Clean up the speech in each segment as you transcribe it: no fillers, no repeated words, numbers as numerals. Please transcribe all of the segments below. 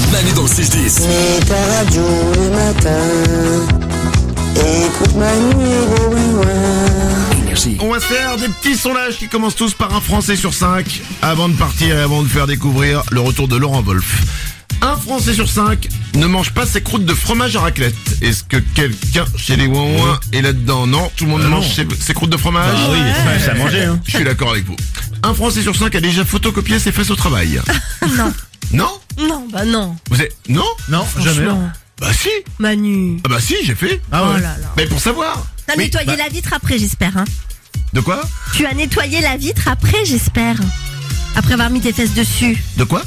Manu dans le 6-10. C'est ta radio le matin. Écoute Manu et loin. Énergie. On va se faire des petits sondages qui commencent tous par un Français sur 5 avant de partir et avant de faire découvrir le retour de Laurent Wolf. Un Français sur 5 ne mange pas ses croûtes de fromage à raclette. Est-ce que quelqu'un chez les Ouin est là-dedans? Non, tout le monde mange ses croûtes de fromage. Ah oui, ça à manger, hein. Je suis d'accord avec vous. Un Français sur 5 a déjà photocopié ses fesses au travail. Non. Non? Non, bah non. Vous êtes... Non? Non, jamais. Franchement. Bah si. Manu. Ah bah si, j'ai fait. Ah Oh ouais. là là. Mais pour savoir. T'as Oui, nettoyé bah, la vitre après, j'espère, hein. De quoi? Tu as nettoyé la vitre après, j'espère. Après avoir mis tes fesses dessus. De quoi?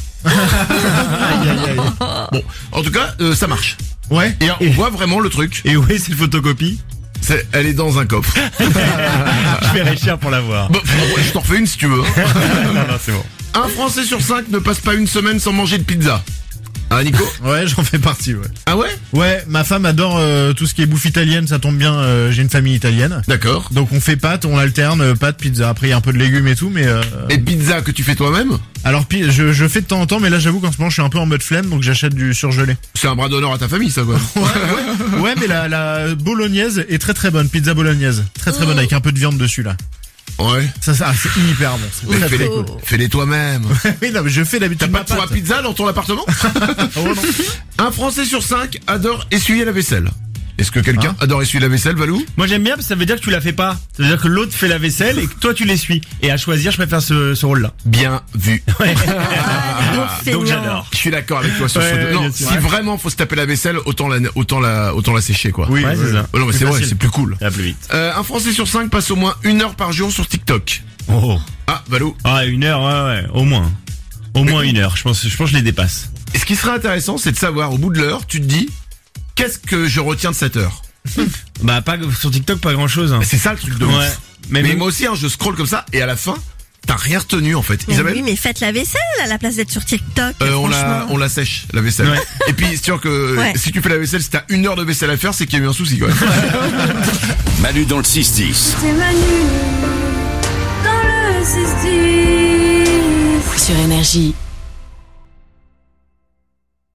Bon, en tout cas, ça marche. Ouais. Et on voit vraiment le truc. Et où est cette photocopie? Elle est dans un coffre. Je paierai cher pour la voir. Bon, je t'en refais une si tu veux. hein. Non, c'est bon. Un Français sur 5 ne passe pas une semaine sans manger de pizza. Hein, Nico? Ouais, j'en fais partie, ouais. Ah ouais? Ouais, ma femme adore tout ce qui est bouffe italienne, ça tombe bien, j'ai une famille italienne. D'accord. Donc on fait pâtes, on alterne pâtes, pizza. Après il y a un peu de légumes et tout, mais Et pizza que tu fais toi-même? alors je fais de temps en temps, mais là j'avoue qu'en ce moment je suis un peu en mode flemme, donc j'achète du surgelé. C'est un bras d'honneur à ta famille, ça, quoi. Ouais, mais la bolognaise est très très bonne, pizza bolognaise, très très bonne avec un peu de viande dessus là. Ouais. Ça c'est hyper bon. C'est Mais très, fais-les, très cool. fais-les toi-même. Oui, non, mais je fais T'as d'habitude pas ma de four à pâte. pizza dans ton appartement? Oh, non. Un Français sur 5 adore essuyer la vaisselle. Est-ce que quelqu'un adore essuyer la vaisselle, Valou? Moi j'aime bien parce que ça veut dire que tu la fais pas. Ça veut dire que l'autre fait la vaisselle et que toi tu l'essuies. Et à choisir, je préfère ce rôle-là. Bien vu. Donc j'adore. Je suis d'accord avec toi sur Ouais, ce. ouais, Non, bien sûr. si vraiment faut se taper la vaisselle, autant la sécher, quoi. Oui, Ouais, c'est ça. Oh non, mais c'est vrai, facile. c'est plus cool. Ça va plus vite. Un Français sur 5 passe au moins 1 heure par jour sur TikTok. Oh. Ah, Valou. Ah, 1 heure, ouais, au moins. Au moins 1 heure. Je pense que je les dépasse. Et ce qui serait intéressant, c'est de savoir, au bout de l'heure, tu te dis, qu'est-ce que je retiens de cette heure? Bah pas sur TikTok, pas grand-chose. C'est ça le truc de Ouais. ouf. Mais moi aussi, hein, je scrolle comme ça, et à la fin, t'as rien retenu, en fait. Mais Isabelle? oui, mais faites la vaisselle à la place d'être sur TikTok. On franchement. la sèche, la vaisselle. Ouais. Et puis, c'est sûr que Ouais. si tu fais la vaisselle, si t'as 1 heure de vaisselle à faire, c'est qu'il y a eu un souci, quand même. Manu dans le 6-10. C'est Manu dans le 6-10. Sur Énergie.